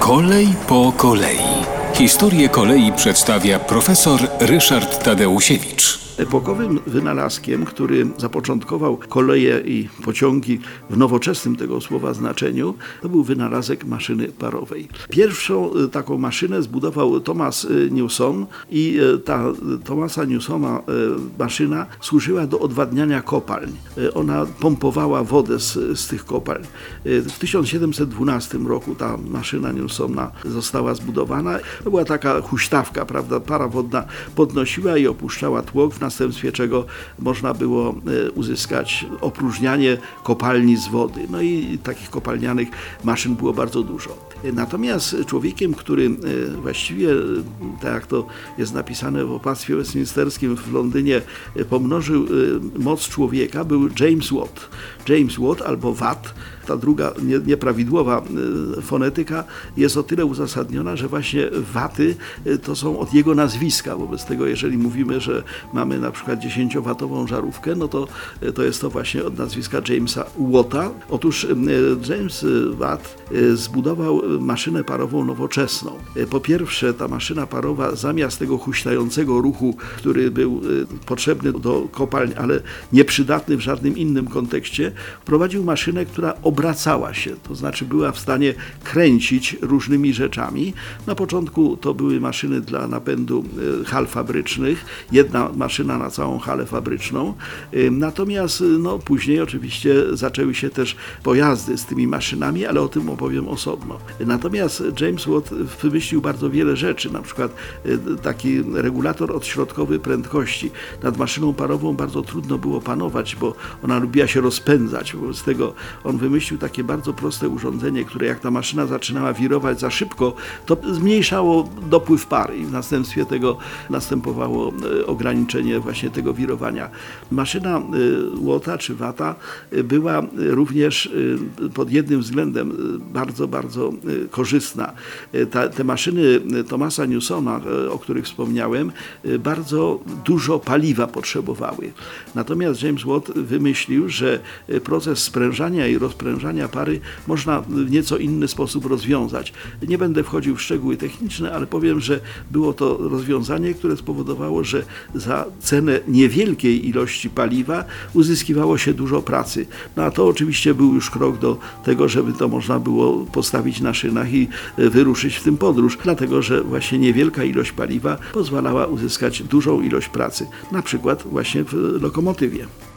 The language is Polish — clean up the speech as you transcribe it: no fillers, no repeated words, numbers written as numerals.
Kolej po kolei. Historię kolei przedstawia profesor Ryszard Tadeusiewicz. Epokowym wynalazkiem, który zapoczątkował koleje i pociągi w nowoczesnym tego słowa znaczeniu, to był wynalazek maszyny parowej. Pierwszą taką maszynę zbudował Thomas Newson i ta Thomasa Newsona maszyna służyła do odwadniania kopalń. Ona pompowała wodę z tych kopalń. W 1712 roku ta maszyna Newsona została zbudowana. To była taka huśtawka, prawda? Para wodna podnosiła i opuszczała tłok, w następstwie czego można było uzyskać opróżnianie kopalni z wody. No i takich kopalnianych maszyn było bardzo dużo. Natomiast człowiekiem, który właściwie, tak jak to jest napisane w opłactwie westminsterskim w Londynie, pomnożył moc człowieka, był James Watt. James Watt albo Watt. Ta druga nieprawidłowa fonetyka jest o tyle uzasadniona, że właśnie waty to są od jego nazwiska. Wobec tego, jeżeli mówimy, że mamy na przykład 10-watową żarówkę, no to jest to właśnie od nazwiska Jamesa Watta. Otóż James Watt zbudował maszynę parową nowoczesną. Po pierwsze, ta maszyna parowa zamiast tego huśtającego ruchu, który był potrzebny do kopalń, ale nieprzydatny w żadnym innym kontekście, wprowadził maszynę, która obracała się, to znaczy była w stanie kręcić różnymi rzeczami. Na początku to były maszyny dla napędu hal fabrycznych, jedna maszyna na całą halę fabryczną, natomiast później oczywiście zaczęły się też pojazdy z tymi maszynami, ale o tym opowiem osobno. Natomiast James Watt wymyślił bardzo wiele rzeczy, na przykład taki regulator odśrodkowy prędkości. Nad maszyną parową bardzo trudno było panować, bo ona lubiła się rozpędzać, wobec tego on wymyślił takie bardzo proste urządzenie, które jak ta maszyna zaczynała wirować za szybko, to zmniejszało dopływ pary i w następstwie tego następowało ograniczenie właśnie tego wirowania. Maszyna Watta czy Watta była również pod jednym względem bardzo, bardzo korzystna. Te maszyny Thomasa Newsona, o których wspomniałem, bardzo dużo paliwa potrzebowały. Natomiast James Watt wymyślił, że proces sprężania i rozprężania pary można w nieco inny sposób rozwiązać. Nie będę wchodził w szczegóły techniczne, ale powiem, że było to rozwiązanie, które spowodowało, że za cenę niewielkiej ilości paliwa uzyskiwało się dużo pracy. No a to oczywiście był już krok do tego, żeby to można było postawić na szynach i wyruszyć w tym podróż, dlatego że właśnie niewielka ilość paliwa pozwalała uzyskać dużą ilość pracy, na przykład właśnie w lokomotywie.